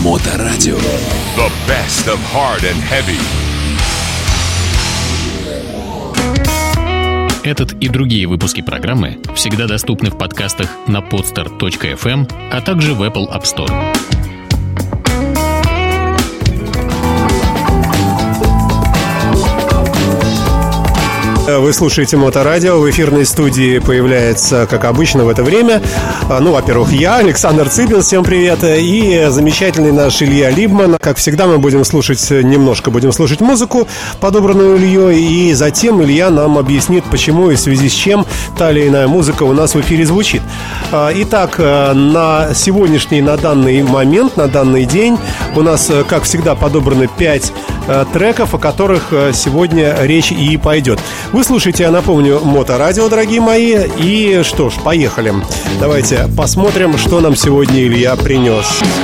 Моторадио. The best of hard and heavy. Этот и другие выпуски программы всегда доступны в подкастах на podstar.fm, а также в Apple App Store. Вы слушаете Моторадио. В эфирной студии появляется, как обычно, в это время, во-первых, я, Александр Цыпин, всем привет, и замечательный наш Илья Либман. Как всегда, мы будем слушать музыку, подобранную Ильей, и затем Илья нам объяснит, почему и в связи с чем та или иная музыка у нас в эфире звучит. Итак, на сегодняшний, на данный момент, на данный день у нас, как всегда, подобраны 5 треков, о которых сегодня речь и пойдет. Вы слушаете, я напомню, Моторадио, дорогие мои. И что ж, поехали. Давайте посмотрим, что нам сегодня Илья принес.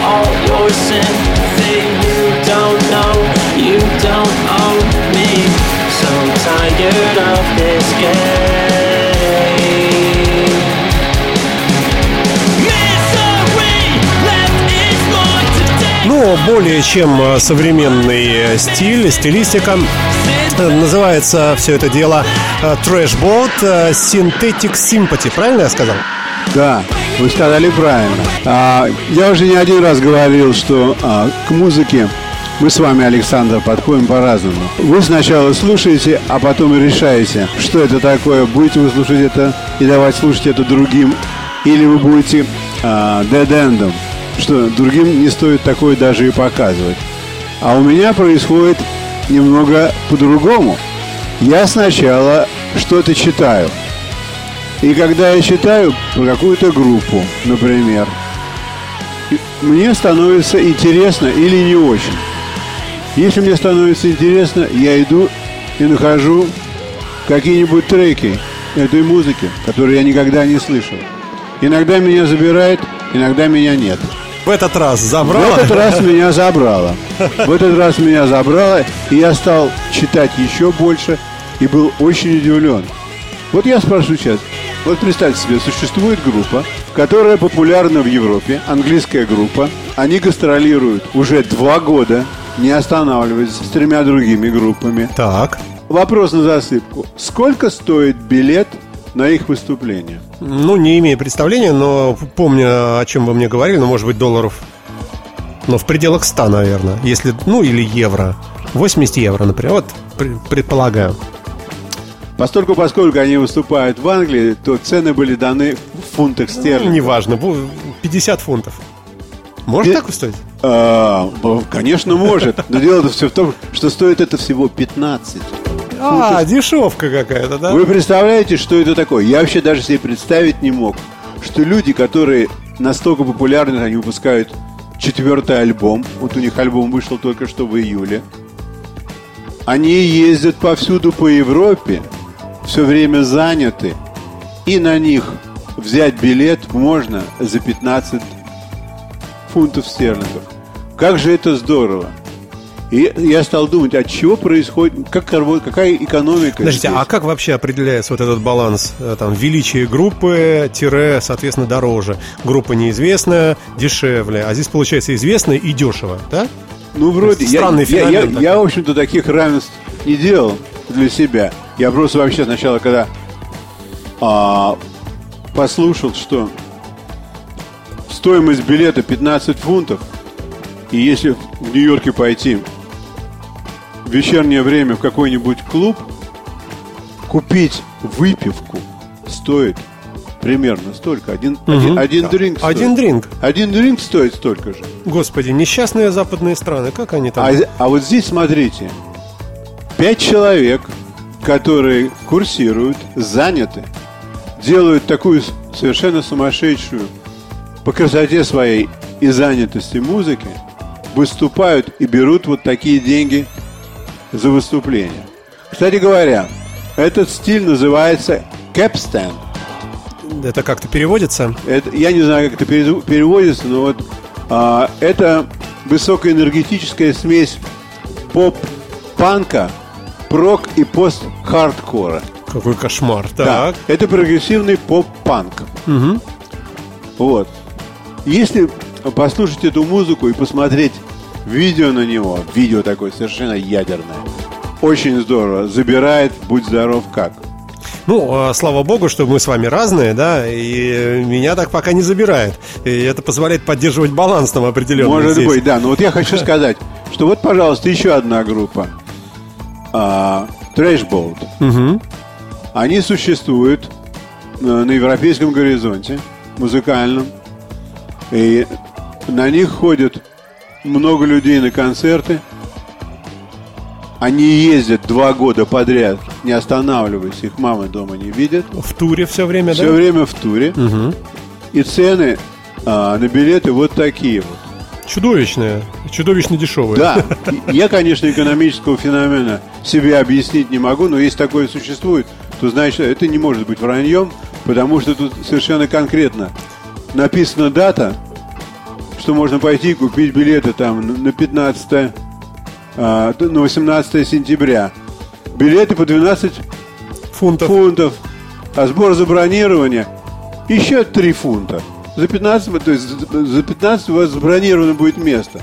Более чем современный стилистика. Называется все это дело Trash Bot Synthetic Sympathy. Правильно я сказал? Да, вы сказали правильно. Я уже не один раз говорил, что к музыке мы с вами, Александр, подходим по-разному. Вы сначала слушаете, а потом решаете, что это такое. Будете вы слушать это и давать слушать это другим, или вы будете dead-end'ом, что другим не стоит такое даже и показывать. А у меня происходит немного по-другому. Я сначала что-то читаю. И когда я читаю про какую-то группу, например, мне становится интересно или не очень. Если мне становится интересно, я иду и нахожу какие-нибудь треки этой музыки, которые я никогда не слышал. Иногда меня забирает, иногда меня нет. В этот раз забрало? В этот раз меня забрало. И я стал читать еще больше и был очень удивлен. Вот я спрошу сейчас. Вот представьте себе, существует группа, которая популярна в Европе, английская группа. Они гастролируют уже 2 года, не останавливаясь, с 3 другими группами. Так. Вопрос на засыпку. Сколько стоит билет на их выступление? Не имею представления, но помню, о чем вы мне говорили. Может быть, долларов, в пределах 100, наверное. Если, или евро. 80 евро, например. Вот, предполагаю. Поскольку они выступают в Англии, то цены были даны в фунтах стерлингов. Неважно, 50 фунтов. Может так стоить? Конечно, может. Но дело-то все в том, что стоит это всего 15. Дешевка какая-то, да? Вы представляете, что это такое? Я вообще даже себе представить не мог, что люди, которые настолько популярны, они выпускают 4-й альбом. Вот у них альбом вышел только что в июле. Они ездят повсюду по Европе, все время заняты, и на них взять билет можно за 15 фунтов стерлингов. Как же это здорово! И я стал думать, от чего происходит, какая экономика. Подождите, здесь? А как вообще определяется вот этот баланс? Величие группы, соответственно, дороже. Группа неизвестная, дешевле. А здесь, получается, известная и дешево, да? Вроде. Странный феномен. Я, в общем-то, таких равенств не делал для себя. Я просто вообще сначала, когда послушал, что стоимость билета 15 фунтов, и если в Нью-Йорке пойти в вечернее время в какой-нибудь клуб, купить выпивку стоит примерно столько. Один дринк стоит. Один дринк стоит столько же. Господи, несчастные западные страны, как они там? А вот здесь, смотрите, 5 человек, которые курсируют, заняты, делают такую совершенно сумасшедшую по красоте своей и занятости музыки, выступают и берут вот такие деньги за выступление. Кстати говоря, этот стиль называется кэпстенд. Это как-то переводится? Я не знаю, как это переводится, но вот это высокоэнергетическая смесь поп-панка, прок и пост-хардкора. Какой кошмар. Так. Да, это прогрессивный поп-панк. Угу. Вот. Если послушать эту музыку и посмотреть видео на него. Видео такое совершенно ядерное. Очень здорово. Забирает, будь здоров, как. Ну, слава богу, что мы с вами разные, да, и меня так пока не забирает. И это позволяет поддерживать баланс там определенный. Может здесь быть, да. Но вот я хочу сказать, что вот, пожалуйста, еще одна группа. Thrashbolt. Угу. Они существуют на европейском горизонте музыкальном. И на них ходят много людей на концерты. Они ездят 2 года подряд, не останавливаясь, их мамы дома не видят. В туре все время, да? Все время в туре. Угу. И цены на билеты вот такие вот. Чудовищные, чудовищно дешевые. Да, я, конечно, экономического феномена себе объяснить не могу, но если такое существует, то значит, это не может быть враньем, потому что тут совершенно конкретно написана дата, что можно пойти и купить билеты там на 15 на 18 сентября. Билеты по 12 фунтов. А сбор за бронирование еще 3 фунта. За 15, то есть за 15 у вас забронировано будет место.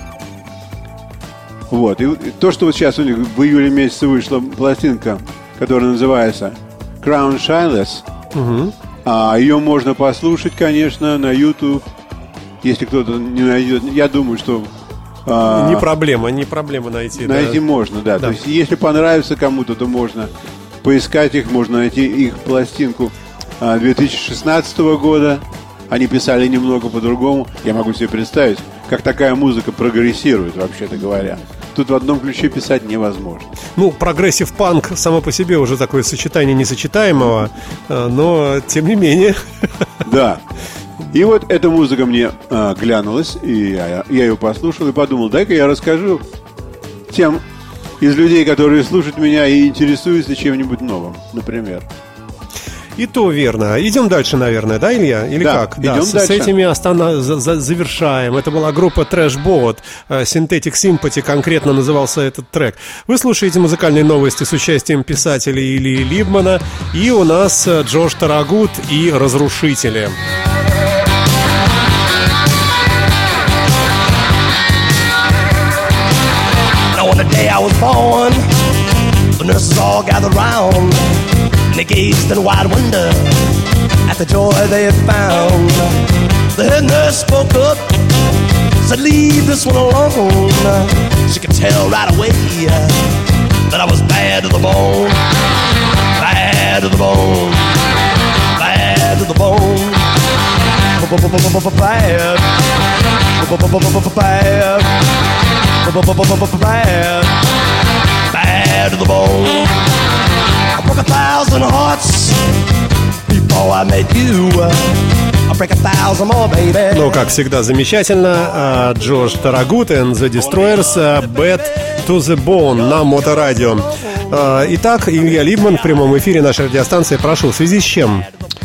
Вот. И то, что вот сейчас у них в июле месяце вышла пластинка, которая называется Crown Shyless. Угу. Ее можно послушать, конечно, на YouTube. Если кто-то не найдет. Я думаю, что не проблема найти. Найти можно, да. То есть, если понравится кому-то, то можно поискать их, можно найти их пластинку 2016 года. Они писали немного по-другому. Я могу себе представить, как такая музыка прогрессирует, вообще-то говоря. Тут в одном ключе писать невозможно. Ну, прогрессив-панк само по себе уже такое сочетание несочетаемого, но тем не менее. Да. И вот эта музыка мне глянулась, и я ее послушал и подумал, дай-ка я расскажу тем из людей, которые слушают меня и интересуются чем-нибудь новым, например. И то верно. Идем дальше, наверное, да, Илья? Или да, как? Идем дальше. С этими завершаем. Это была группа Thrashbolt. Synthetic Sympathy конкретно назывался этот трек. Вы слушаете музыкальные новости с участием писателя Ильи Либмана. И у нас Джош Тарагут и Разрушители. On the day I was born, the nurses all gathered round, and they gazed in wide wonder at the joy they had found. The head nurse spoke up, said, leave this one alone. She could tell right away that I was bad to the bone, bad to the bone, bad to the bone, bad, bad, bad to the bone. I broke 1,000 hearts before I met you. I break 1,000 more, baby. Ну, как всегда, замечательно. Джош Тарагут and the Destroyers, Bad to the Bone на Моторадио. Итак, Илья Либман в прямом эфире нашей радиостанции. Прошу, в связи с чем?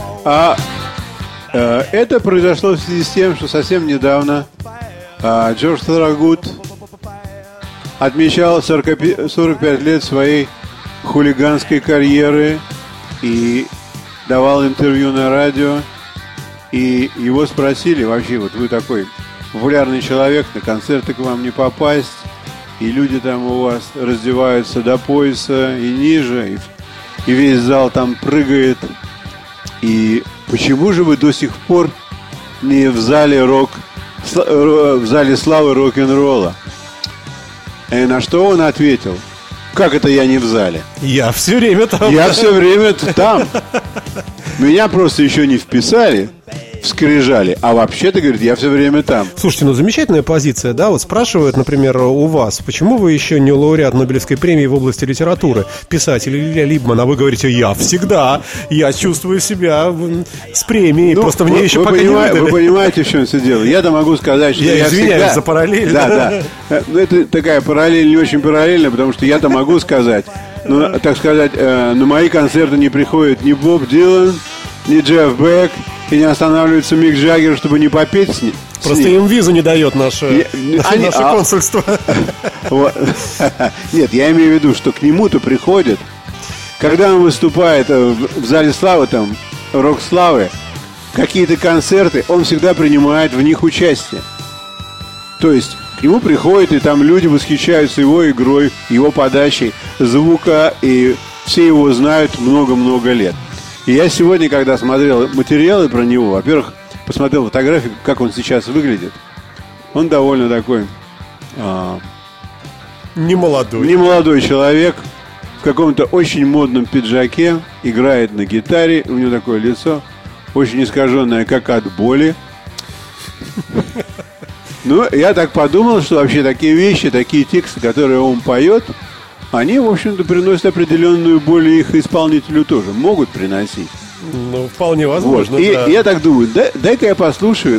Это произошло в связи с тем, что совсем недавно Джош Тарагут отмечал 45 лет своей хулиганской карьеры и давал интервью на радио. И его спросили, вообще, вот вы такой популярный человек, на концерты к вам не попасть, и люди там у вас раздеваются до пояса и ниже, и весь зал там прыгает. И почему же вы до сих пор не в зале в зале славы рок-н-ролла? И на что он ответил: как это я не в зале? Я все время там. Я все время там. Меня просто еще не вписали в скрижали, а вообще-то, говорит, я все время там. Слушайте, ну замечательная позиция, да? Вот спрашивают, например, у вас, почему вы еще не лауреат Нобелевской премии в области литературы, писатель Илья Либман, а вы говорите, я всегда, я чувствую себя с премией, ну, просто мне еще пока не выдали. Вы понимаете, в чем все дело? Я-то могу сказать, что я извиняюсь всегда... за параллель. Да. Ну, это такая параллель не очень параллельная, потому что я-то могу сказать, но, так сказать, на мои концерты не приходит ни Боб Дилан, ни Джефф Бек, и не останавливается Мик Джаггер, чтобы не попеть с ним. Просто им визу не дает наше консульство. Нет, я имею в виду, что к нему-то приходят, когда он выступает в зале славы, там, рок-славы, какие-то концерты, он всегда принимает в них участие. То есть к нему приходят, и там люди восхищаются его игрой, его подачей звука, и все его знают много-много лет. И я сегодня, когда смотрел материалы про него, во-первых, посмотрел фотографии, как он сейчас выглядит. Он довольно такой... Немолодой человек, в каком-то очень модном пиджаке, играет на гитаре, у него такое лицо, очень искаженное, как от боли. Ну, я так подумал, что вообще такие вещи, такие тексты, которые он поет, они, в общем-то, приносят определенную боль, и их исполнителю тоже могут приносить. Ну, вполне возможно, вот. И да. я так думаю, дай-ка я послушаю.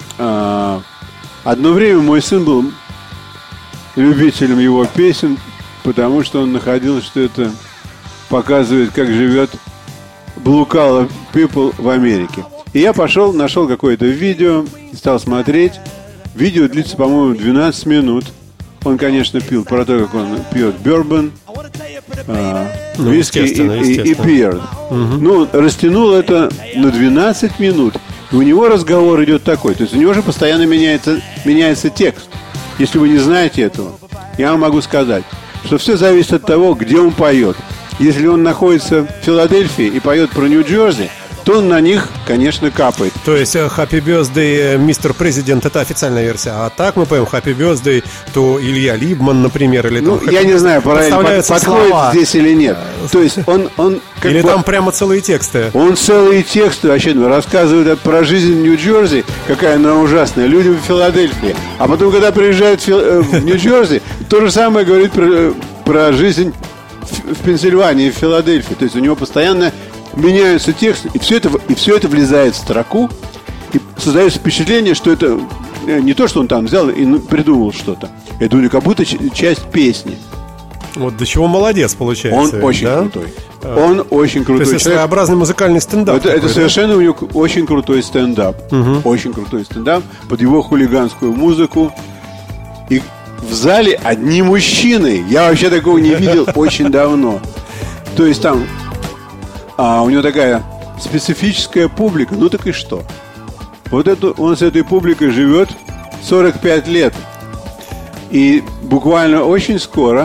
Одно время мой сын был любителем его песен, потому что он находил, что это показывает, как живет Blue Collar People в Америке. И я пошел, нашел какое-то видео, стал смотреть. Видео длится, по-моему, 12 минут. Он, конечно, пил про то, как он пьет бёрбон, виски и пиер. Ну, растянул это на 12 минут. И у него разговор идет такой. То есть у него же постоянно меняется текст. Если вы не знаете этого, я вам могу сказать, что все зависит от того, где он поет. Если он находится в Филадельфии и поет про Нью-Джерси, то он на них, конечно, капает. То есть Happy Birthday, Mr. President — это официальная версия. А так мы поем Happy Birthday, то Илья Либман, например, или ну, там... я не знаю, подходит здесь или нет. То есть он как или бы, там прямо целые тексты. Он целые тексты вообще рассказывает про жизнь Нью-Джерси, какая она ужасная, людям в Филадельфии. А потом, когда приезжает в Нью-Джерси, то же самое говорит про жизнь в Пенсильвании, в Филадельфии. То есть у него постоянно меняются тексты, и все это влезает в строку, и создается впечатление, что это не то, что он там взял и придумал что-то. Это у него как будто часть песни. Вот до чего молодец получается. Он очень крутой. Он очень крутой. То есть это своеобразный музыкальный стендап. Это совершенно у него очень крутой стендап. Очень крутой стендап под его хулиганскую музыку. И в зале одни мужчины. Я вообще такого не видел очень давно. То есть там у него такая специфическая публика. Ну так и что? Вот он с этой публикой живет 45 лет. И буквально очень скоро,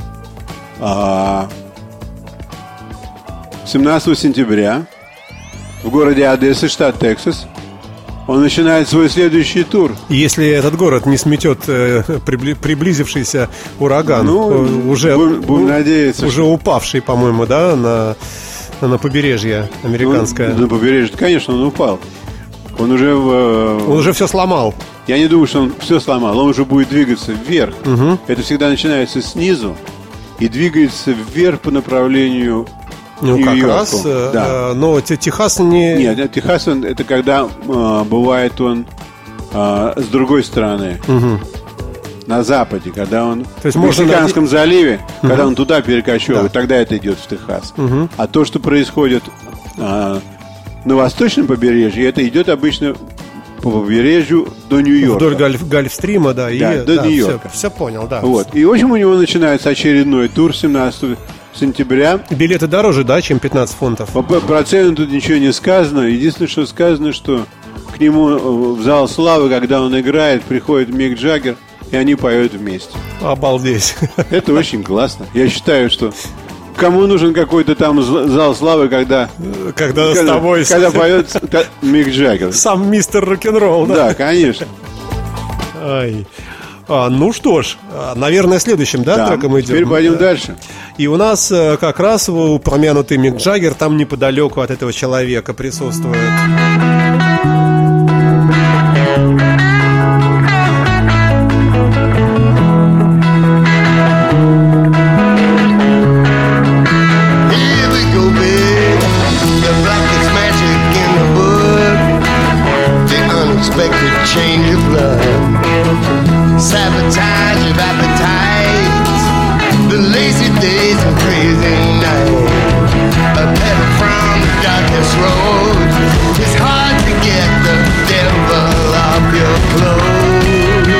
17 сентября, в городе Одесса, штат Тексас, он начинает свой следующий тур. Если этот город не сметет приблизившийся ураган, будем надеяться, уже упавший, по-моему, да, на побережье американское. На побережье, конечно, он упал. Он уже все сломал. Я не думаю, что он все сломал. Он уже будет двигаться вверх. Это всегда начинается снизу и двигается вверх по направлению Нью-Йорку. Как раз, да. Но Техас не... Нет, Техас это когда бывает он с другой стороны. На западе, когда он в Мексиканском заливе, когда он туда перекочевывает, тогда это идет в Техас. А то, что происходит на восточном побережье, это идет обычно по побережью до Нью-Йорка. Вдоль Гольфстрима, да, до Нью-Йорка. Все понял, да. Вот. И, в общем, у него начинается очередной тур 17 сентября. Билеты дороже, да, чем 15 фунтов? Про цену тут ничего не сказано. Единственное, что сказано, что к нему в зал славы, когда он играет, приходит Мик Джаггер, и они поют вместе. Обалдеть. Это очень классно. Я считаю, что кому нужен какой-то там зал славы, когда с тобой... Когда поет Мик Джаггер. Сам мистер рок-н-ролл, да? Да, конечно. Ну что ж, наверное, следующим, да, треком идем? Теперь пойдем дальше. И у нас как раз упомянутый Мик Джаггер там неподалеку от этого человека присутствует. Change of blood, sabotage of appetites, the lazy days and crazy nights, a pedal from the darkest road. It's hard to get the devil off your clothes.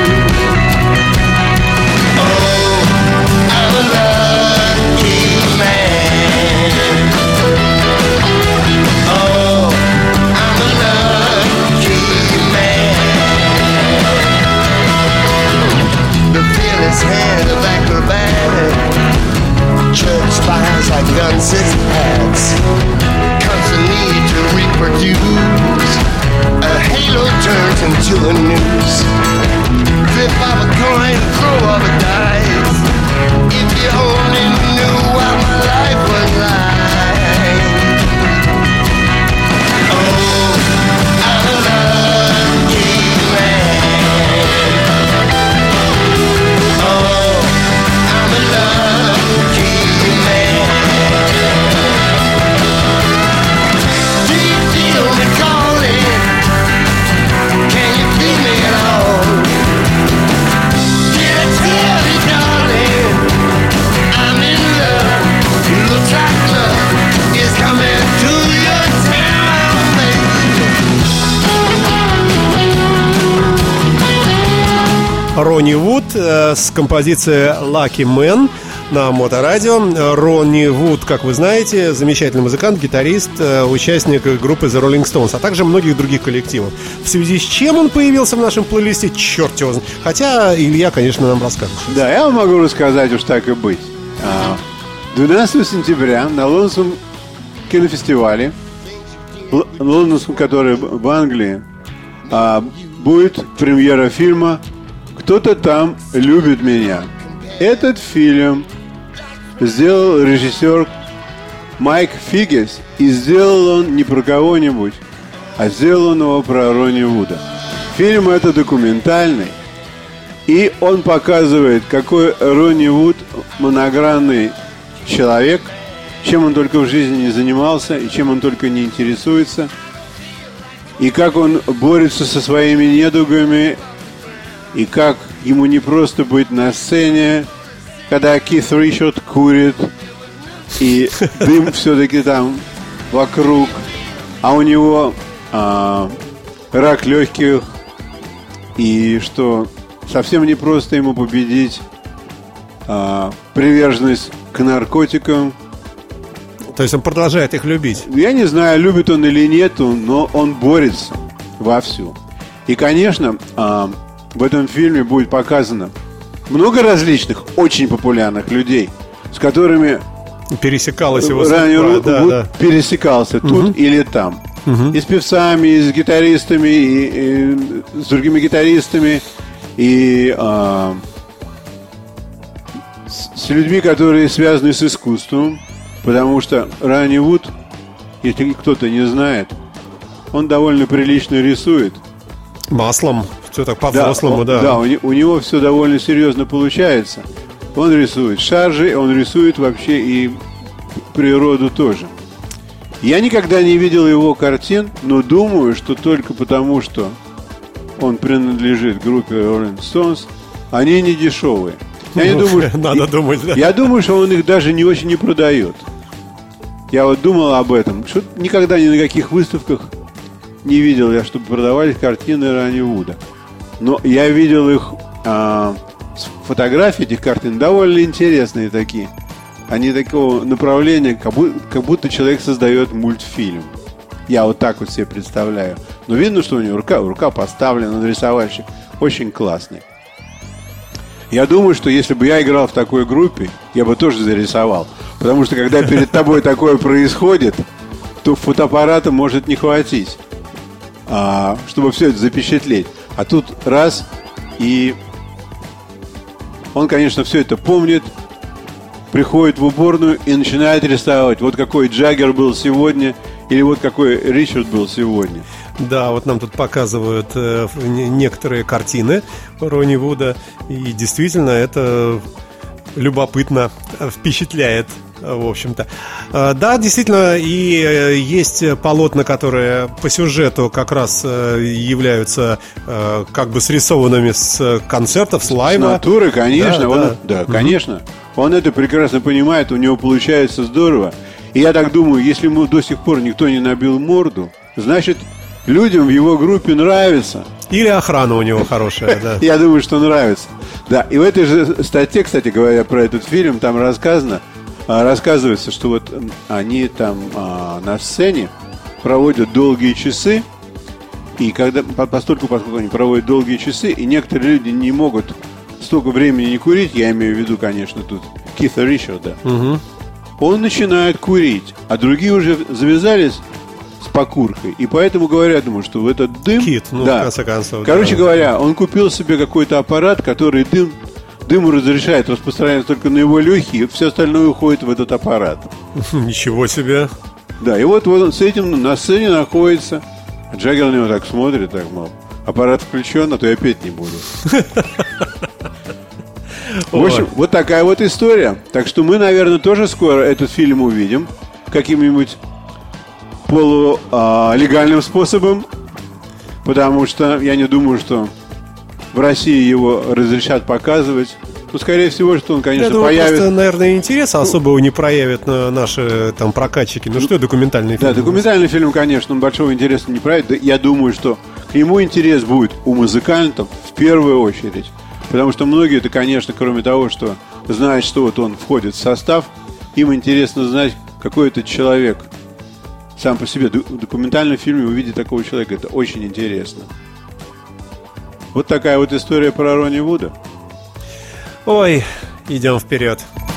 Oh, I'm a lucky man. Oh, I'm a lucky man. hand of acrobatic. Church spires like gun-6 hats. Constant need to reproduce. A halo turns into a noose. Flip of a coin, throw of a dice. If you only knew what my life was like. Oh, I'm a lucky man. Oh, I'm a lucky man. Do you feel me calling? Can you feel me at all? Did I tell you, darling, I'm in love? It looks like love is coming to your town, baby. Ронни Вуд с композицией Lucky Man на Моторадио. Ронни Вуд, как вы знаете, замечательный музыкант, гитарист, участник группы The Rolling Stones, а также многих других коллективов. В связи с чем он появился в нашем плейлисте, черт его знает. Хотя Илья, конечно, нам расскажет. Да, я вам могу рассказать, уж так и быть. 12 сентября на Лондонском кинофестивале, лондонском, который в Англии, будет премьера фильма «Кто-то там любит меня». Этот фильм сделал режиссер Майк Фиггис, и сделал он не про кого-нибудь, а сделал он его про Ронни Вуда. Фильм это документальный, и он показывает, какой Ронни Вуд многогранный человек, чем он только в жизни не занимался, и чем он только не интересуется, и как он борется со своими недугами, и как ему не просто быть на сцене, когда Кит Ричард курит, и дым все-таки там вокруг, а у него рак легких, и что совсем не просто ему победить приверженность к наркотикам. То есть он продолжает их любить. Я не знаю, любит он или нет, но он борется вовсю. И, конечно, в этом фильме будет показано много различных, очень популярных людей, с которыми пересекалась его судьба, пересекался тут или там. И с певцами, и с гитаристами, и с другими гитаристами, и с людьми, которые связаны с искусством. Потому что Ронни Вуд, если кто-то не знает, он довольно прилично рисует. Маслом, все так по-взрослому, да. Да, у него все довольно серьезно получается. Он рисует шаржи, он рисует вообще и природу тоже. Я никогда не видел его картин, но думаю, что только потому, что он принадлежит группе Rolling Stones, они не дешевые. Я не думаю, надо думать, да. Я думаю, что он их даже не очень не продает. Я вот думал об этом. Что никогда ни на каких выставках не видел я, чтобы продавались картины Ронни Вуда. Но я видел их фотографии этих картин довольно интересные такие. Они такого направления, как будто человек создает мультфильм. Я вот так вот себе представляю. Но видно, что у него рука поставлена, он рисовальщик. Очень классный. Я думаю, что если бы я играл в такой группе, я бы тоже зарисовал. Потому что когда перед тобой такое происходит, то фотоаппарата может не хватить, чтобы все это запечатлеть. А тут раз, и он, конечно, все это помнит, приходит в уборную и начинает рисовать. Вот какой Джаггер был сегодня, или вот какой Ричард был сегодня. Да, вот нам тут показывают некоторые картины Ронни Вуда, и действительно это любопытно, впечатляет, в общем-то. Да, действительно, и есть полотна, которые по сюжету как раз являются как бы срисованными с концертов, с лайва. С натуры, конечно. Конечно. Он это прекрасно понимает, у него получается здорово. И я так думаю, если ему до сих пор никто не набил морду, значит, людям в его группе нравится. Или охрана у него хорошая, да. Я думаю, что нравится. Да, и в этой же статье, кстати говоря, про этот фильм, там рассказывается, что вот они там на сцене проводят долгие часы, и поскольку они проводят долгие часы, и некоторые люди не могут столько времени не курить, я имею в виду, конечно, тут Кита Ричарда, он начинает курить, а другие уже завязались с покуркой. И поэтому говорят ему, что в этот дым... Кит, ну, да. в конце концов. Короче говоря, он купил себе какой-то аппарат, который дыму разрешает распространяться только на его легкие, и все остальное уходит в этот аппарат. Ничего себе. Да, и вот он с этим на сцене находится. А Джаггер на него так смотрит, так, мол, аппарат включен, а то я петь не буду. В общем, вот такая вот история. Так что мы, наверное, тоже скоро этот фильм увидим каким-нибудь полулегальным способом, потому что я не думаю, что в России его разрешат показывать. Ну, скорее всего, что он, конечно, появится. Просто, наверное, интереса особого не проявят наши там прокатчики. Ну, что документальный фильм? Да, документальный фильм, конечно, он большого интереса не проявит. Я думаю, что к нему интерес будет у музыкантов в первую очередь. Потому что многие, это, конечно, кроме того, что знают, что вот он входит в состав, им интересно знать, какой это человек сам по себе. В документальном фильме увидеть такого человека, это очень интересно. Вот такая вот история про Ронни Вуда. Ой, идем вперед.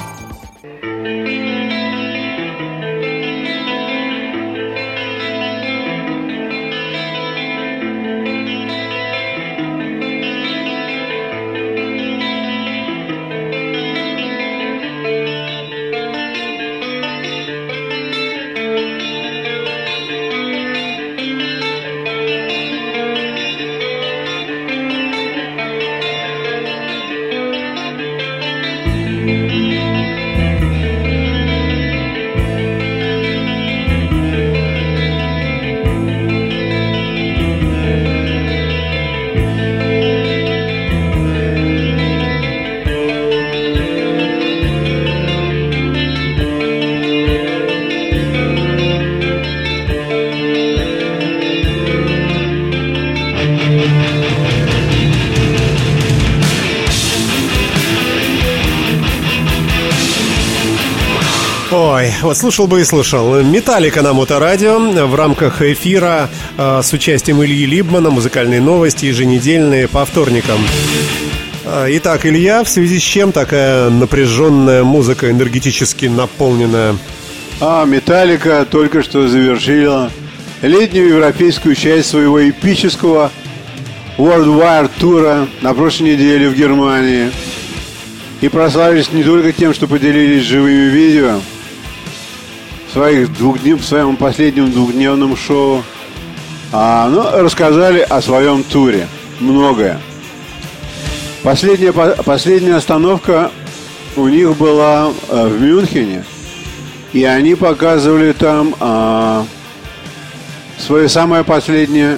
Ой, вот слушал бы и слушал. Металлика на Моторадио в рамках эфира с участием Ильи Либмана. Музыкальные новости еженедельные по вторникам. Итак, Илья, в связи с чем такая напряженная музыка, энергетически наполненная? Металлика только что завершила летнюю европейскую часть своего эпического Worldwide тура на прошлой неделе в Германии. И прославились не только тем, что поделились живыми видео в своем последнем двухдневном шоу, но рассказали о своем туре. Многое. Последняя остановка у них была в Мюнхене. И они показывали там свое самое последнее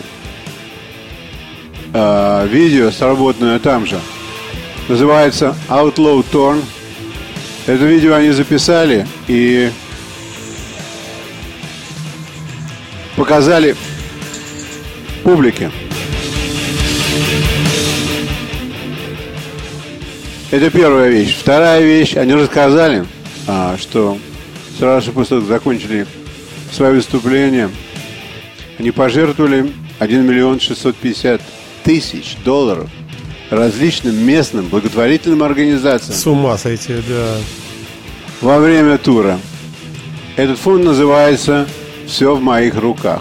видео, сработанное там же. Называется Outlaw Torn. Это видео они записали и показали публике. Это первая вещь. Вторая вещь. Они рассказали, что сразу после того, как закончили свое выступление, они пожертвовали 1 650 000 долларов различным местным благотворительным организациям. С ума сойти, да. Во время тура. Этот фонд называется «Все в моих руках».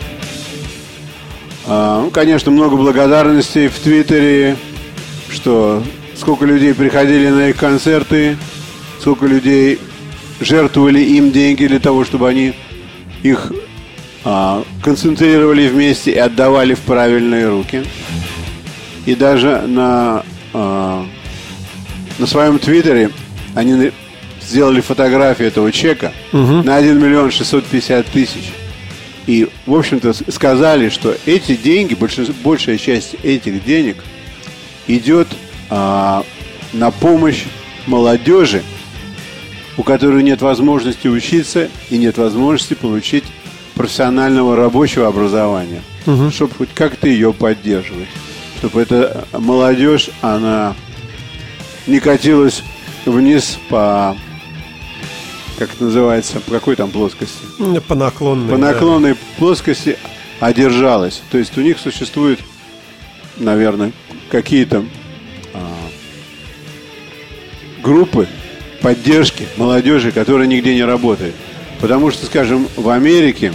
Конечно, много благодарностей в Твиттере, что сколько людей приходили на их концерты, сколько людей жертвовали им деньги для того, чтобы они их концентрировали вместе и отдавали в правильные руки. И даже на своем твиттере они сделали фотографию этого чека на 1 650 000. И, в общем-то, сказали, что эти деньги, большая часть этих денег идет на помощь молодежи, у которой нет возможности учиться и нет возможности получить профессионального рабочего образования, чтобы хоть как-то ее поддерживать. Чтобы эта молодежь, она не катилась вниз по, как это называется, по какой там плоскости? По наклонной. По наклонной плоскости, а держалась. То есть у них существуют, наверное, какие-то группы поддержки молодежи, которая нигде не работает. Потому что, скажем, в Америке,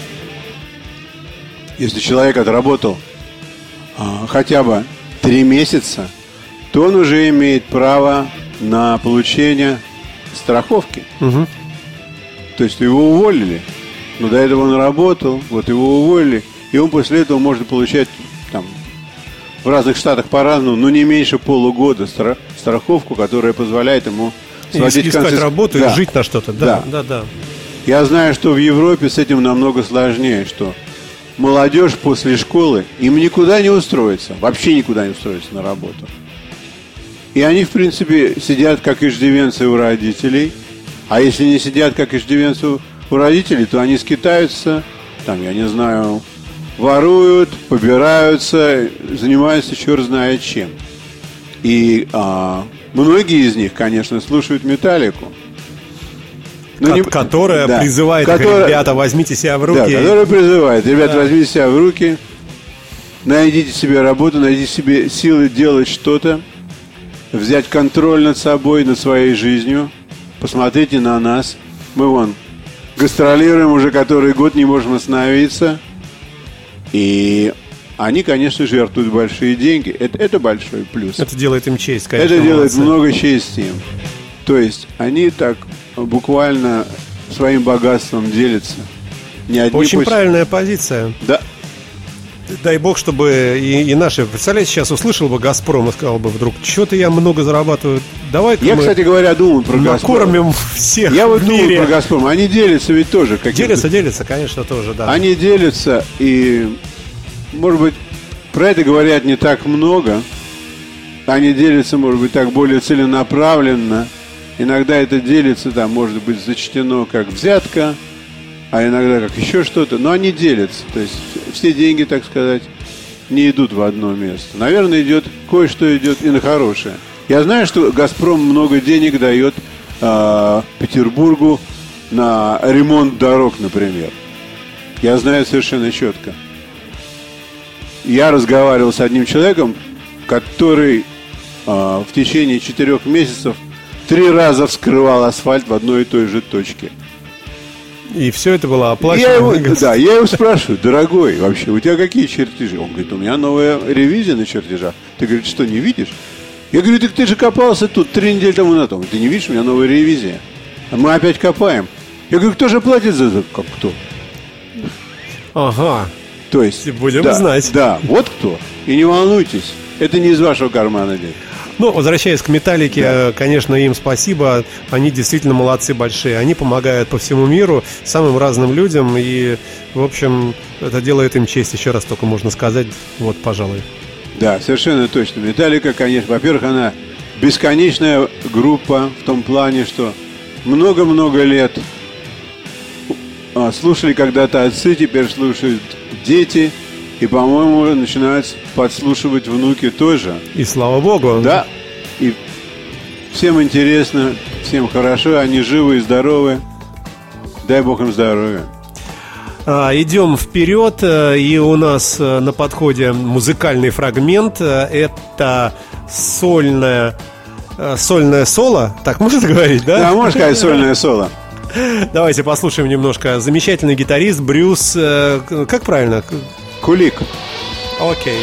если человек отработал хотя бы 3 месяца, то он уже имеет право на получение страховки. Угу. То есть его уволили, но до этого он работал, вот его уволили, и он после этого может получать там в разных штатах по-разному, но не меньше полугода страховку, которая позволяет ему сводить искать работу да. и жить на что-то. Да. Я знаю, что в Европе с этим намного сложнее, что молодежь после школы, им никуда не устроится, вообще никуда не устроится на работу. И они, в принципе, сидят как иждивенцы у родителей. А если не сидят как иждивенцы у родителей, то они скитаются, там, я не знаю, воруют, побираются, занимаются черт знает чем. И многие из них, конечно, слушают «Металлику». Которая призывает ребята, возьмите себя в руки. Да, которая призывает, ребята, возьмите себя в руки, найдите себе работу, найдите себе силы делать что-то, взять контроль над собой, над своей жизнью. Посмотрите на нас. Мы вон гастролируем уже который год, не можем остановиться. И они, конечно, жертвуют большие деньги. Это большой плюс. Это делает им честь, конечно. Это делает много чести им. То есть они так буквально своим богатством делятся. Не одни очень правильная позиция. Да. Дай бог, чтобы и наши... Представляете, сейчас услышал бы «Газпром» и сказал бы вдруг, что-то я много зарабатываю. Давай-ка я, кстати говоря, думаю про «Газпром». Накормим всех я вот в мире. думаю про «Газпром». Они делятся ведь тоже. Делятся, конечно, тоже, да. Они делятся, и, может быть, про это говорят не так много. Они делятся, может быть, так более целенаправленно. Иногда это делится, там, может быть, зачтено как взятка, а иногда как еще что-то. Но они делятся. То есть все деньги, так сказать, не идут в одно место. Наверное, кое-что идет и на хорошее. Я знаю, что «Газпром» много денег дает Петербургу на ремонт дорог, например. Я знаю совершенно четко. Я разговаривал с одним человеком, который в течение 4 месяцев 3 раза вскрывал асфальт в одной и той же точке. И все это было оплачено. Я его спрашиваю: дорогой, вообще, у тебя какие чертежи? Он говорит: у меня новая ревизия на чертежах. Ты, говорит, что, не видишь? Я говорю: так ты же копался тут 3 недели тому на том. Ты не видишь, у меня новая ревизия. А мы опять копаем. Я говорю: кто же платит за это? Как кто? Ага. То есть, будем знать. Да, вот кто. И не волнуйтесь, это не из вашего кармана денег. Ну, возвращаясь к «Металлике», да. Конечно, им спасибо. Они действительно молодцы большие. Они помогают по всему миру самым разным людям. И, в общем, это делает им честь. Еще раз только можно сказать. Вот, пожалуй. Да, совершенно точно. «Металлика», конечно, во-первых, она бесконечная группа в том плане, что много-много лет слушали когда-то отцы, теперь слушают дети. И, по-моему, начинают подслушивать внуки тоже. И слава богу. Да. И всем интересно, всем хорошо, они живы и здоровы. Дай бог им здоровья. Идем вперед. И у нас на подходе музыкальный фрагмент. Это сольное соло. Так можно говорить, да? Да, можно сказать сольное соло. Давайте послушаем немножко. Замечательный гитарист Брюс. Как правильно? Кулик. Окей.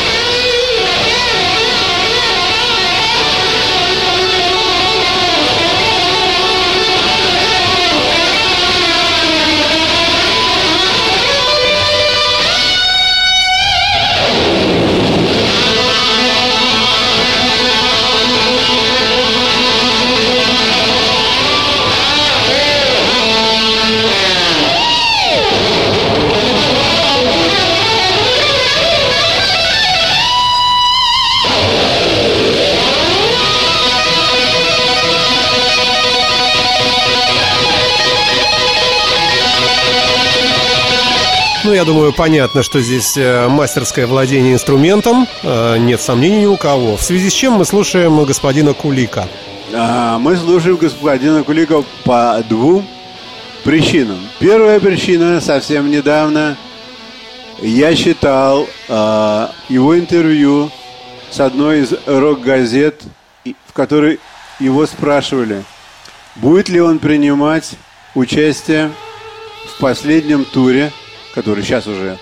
Ну, я думаю, понятно, что здесь мастерское владение инструментом. Нет сомнений ни у кого. В связи с чем мы слушаем господина Кулика? Мы слушаем господина Кулика по 2 причинам. Первая причина: совсем недавно я читал его интервью с одной из рок-газет, в которой его спрашивали, будет ли он принимать участие в последнем туре, который сейчас уже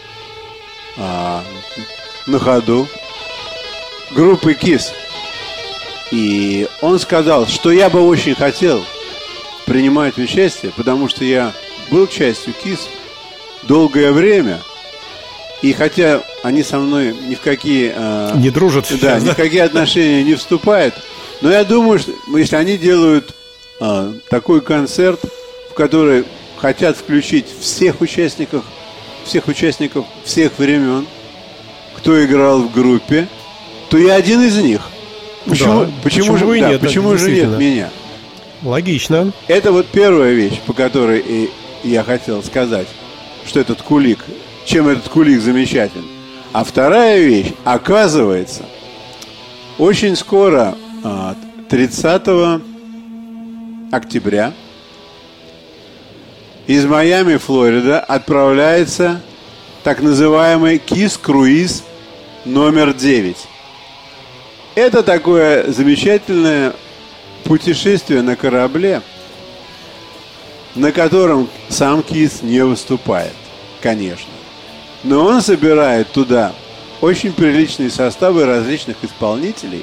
на ходу, группы KISS. И он сказал, что я бы очень хотел принимать участие, потому что я был частью KISS долгое время. И хотя они со мной ни в какие... не дружат сейчас, да, ни в какие отношения не вступают, но я думаю, что если они делают такой концерт, в который хотят включить всех участников всех времен, кто играл в группе, то я один из них. Почему же нет меня? Логично. Это вот первая вещь, по которой я хотел сказать, что этот кулик, чем этот кулик замечателен. А вторая вещь, оказывается, очень скоро, 30 октября, из Майами, Флорида, отправляется так называемый KISS круиз номер 9. Это такое замечательное путешествие на корабле, на котором сам KISS не выступает, конечно. Но он собирает туда очень приличные составы различных исполнителей,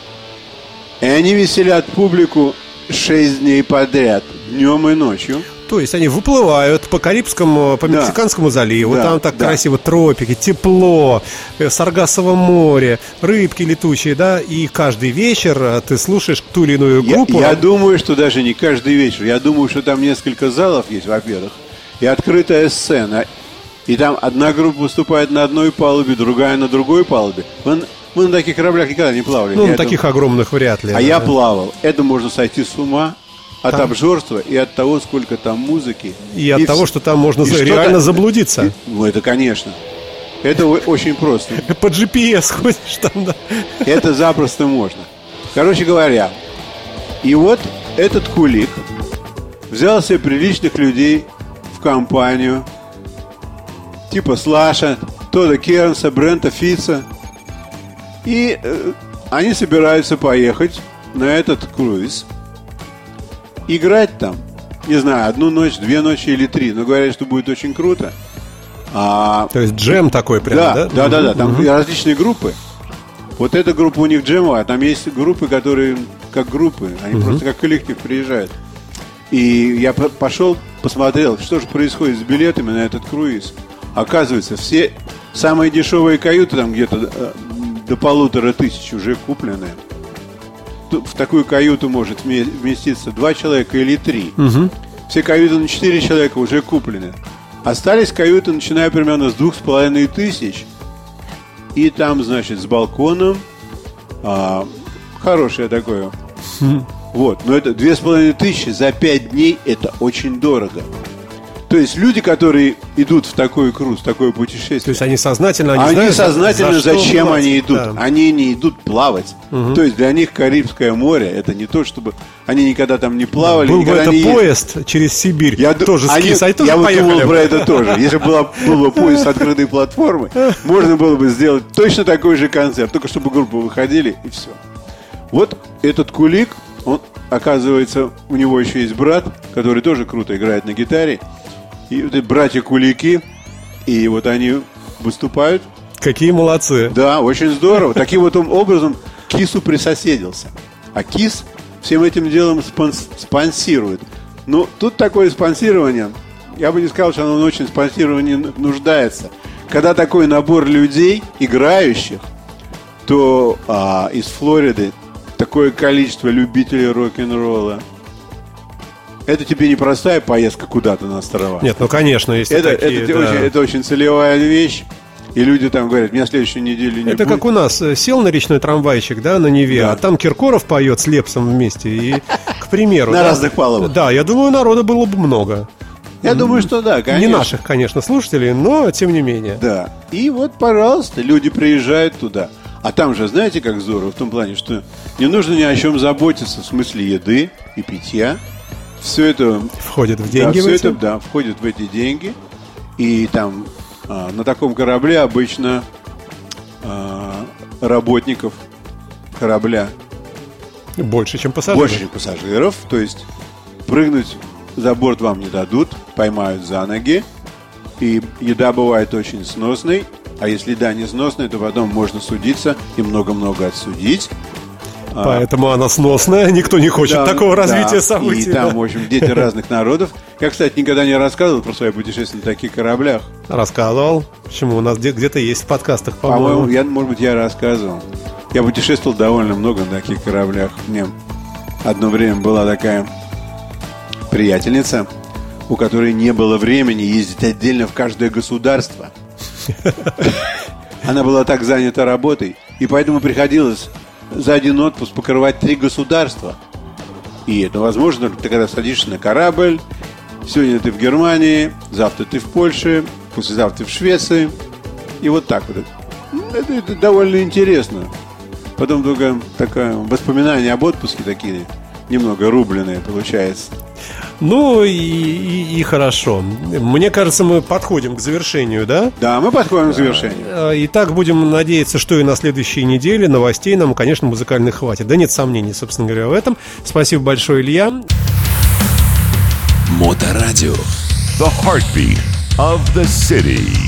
и они веселят публику 6 дней подряд, днем и ночью. То есть они выплывают по Карибскому, по Мексиканскому заливу, там так красиво тропики, тепло, Саргассово море, рыбки летучие, да, и каждый вечер ты слушаешь ту или иную группу. Я думаю, что даже не каждый вечер, я думаю, что там несколько залов есть, во-первых, и открытая сцена, и там одна группа выступает на одной палубе, другая на другой палубе. Мы на таких кораблях никогда не плавали. Ну, на таких огромных вряд ли. Я плавал. Это можно сойти с ума. От обжорства и от того, сколько там музыки. И от того, что там можно реально заблудиться. Это, конечно. Это очень просто. По GPS ходишь там, да. Это запросто можно. Короче говоря, и вот этот кулик взял себе приличных людей в компанию, типа Слаша, Тодда Кернса, Брента Фитца. И они собираются поехать на этот круиз. Играть там, не знаю, 1 ночь, 2 ночи или 3. Но говорят, что будет очень круто. То есть джем такой прям, да? Да. Там различные группы. Вот эта группа у них джемовая. Там есть группы, которые как группы. Они просто как коллектив приезжают. И я пошел, посмотрел, что же происходит с билетами на этот круиз. Оказывается, все самые дешевые каюты там где-то до 1500 уже куплены. В такую каюту может вместиться 2 человека или 3. Все каюты на 4 человека уже куплены. Остались каюты, начиная примерно с 2500. И там, значит, с балконом. Хорошее такое. Вот. Но это 2500 за 5 дней. Это очень дорого. То есть люди, которые идут в такой круиз, в такое путешествие. То есть они сознательно, зачем они идут. Да. Они не идут плавать. То есть для них Карибское море это не то, чтобы они никогда там не плавали. Был бы это поезд через Сибирь. Тоже скис, я вот думал про это тоже. Если был бы поезд с открытой платформой, можно было бы сделать точно такой же концерт, только чтобы группы выходили и все. Вот этот кулик, он, оказывается, у него еще есть брат, который тоже круто играет на гитаре. И вот эти братья-кулики, и вот они выступают. Какие молодцы. Да, очень здорово. Таким вот образом KISS присоседился. А KISS всем этим делом спонсирует. Ну, тут такое спонсирование, я бы не сказал, что оно очень в спонсировании нуждается. Когда такой набор людей, играющих, то из Флориды такое количество любителей рок-н-ролла. Это тебе не простая поездка куда-то на острова. Нет, ну конечно, если это очень целевая вещь. И люди там говорят, меня следующей неделе не это будет. Как у нас, сел на речной трамвайчик, да, на Неве, да. А там Киркоров поет с Лепсом вместе. И, к примеру... На разных палубах. Да, я думаю, народа было бы много. Я думаю, что да, конечно. Не наших, конечно, слушателей, но тем не менее. Да. И вот, пожалуйста, люди приезжают туда. А там же, знаете, как здорово, в том плане, что не нужно ни о чем заботиться в смысле еды и питья. Все это входит в деньги. Входит в эти деньги. И там на таком корабле обычно работников корабля Больше, чем пассажиров. Больше, чем пассажиров. То есть прыгнуть за борт вам не дадут, поймают за ноги. И еда бывает очень сносной. А если еда не сносная, то потом можно судиться и много-много отсудить. Поэтому она сносная, никто не хочет такого развития событий. И там, в общем, дети разных народов. Я, кстати, никогда не рассказывал про свои путешествия на таких кораблях. Рассказывал. Почему? У нас где-то есть в подкастах, по-моему. Может быть, я рассказывал. Я путешествовал довольно много на таких кораблях. Мне одно время была такая приятельница, у которой не было времени ездить отдельно в каждое государство. Она была так занята работой, и поэтому приходилось за один отпуск покрывать 3 государства. И это возможно, ты когда садишься на корабль, сегодня ты в Германии, завтра ты в Польше, послезавтра ты в Швеции. И вот так вот. Это довольно интересно. Потом только такое воспоминания об отпуске такие немного рубленые получается. Ну и хорошо. Мне кажется, мы подходим к завершению, да? Да, мы подходим к завершению. Итак, будем надеяться, что и на следующей неделе новостей нам, конечно, музыкальных хватит. Да нет сомнений, собственно говоря, в этом. Спасибо большое, Илья. Моторадио. The heartbeat of the city.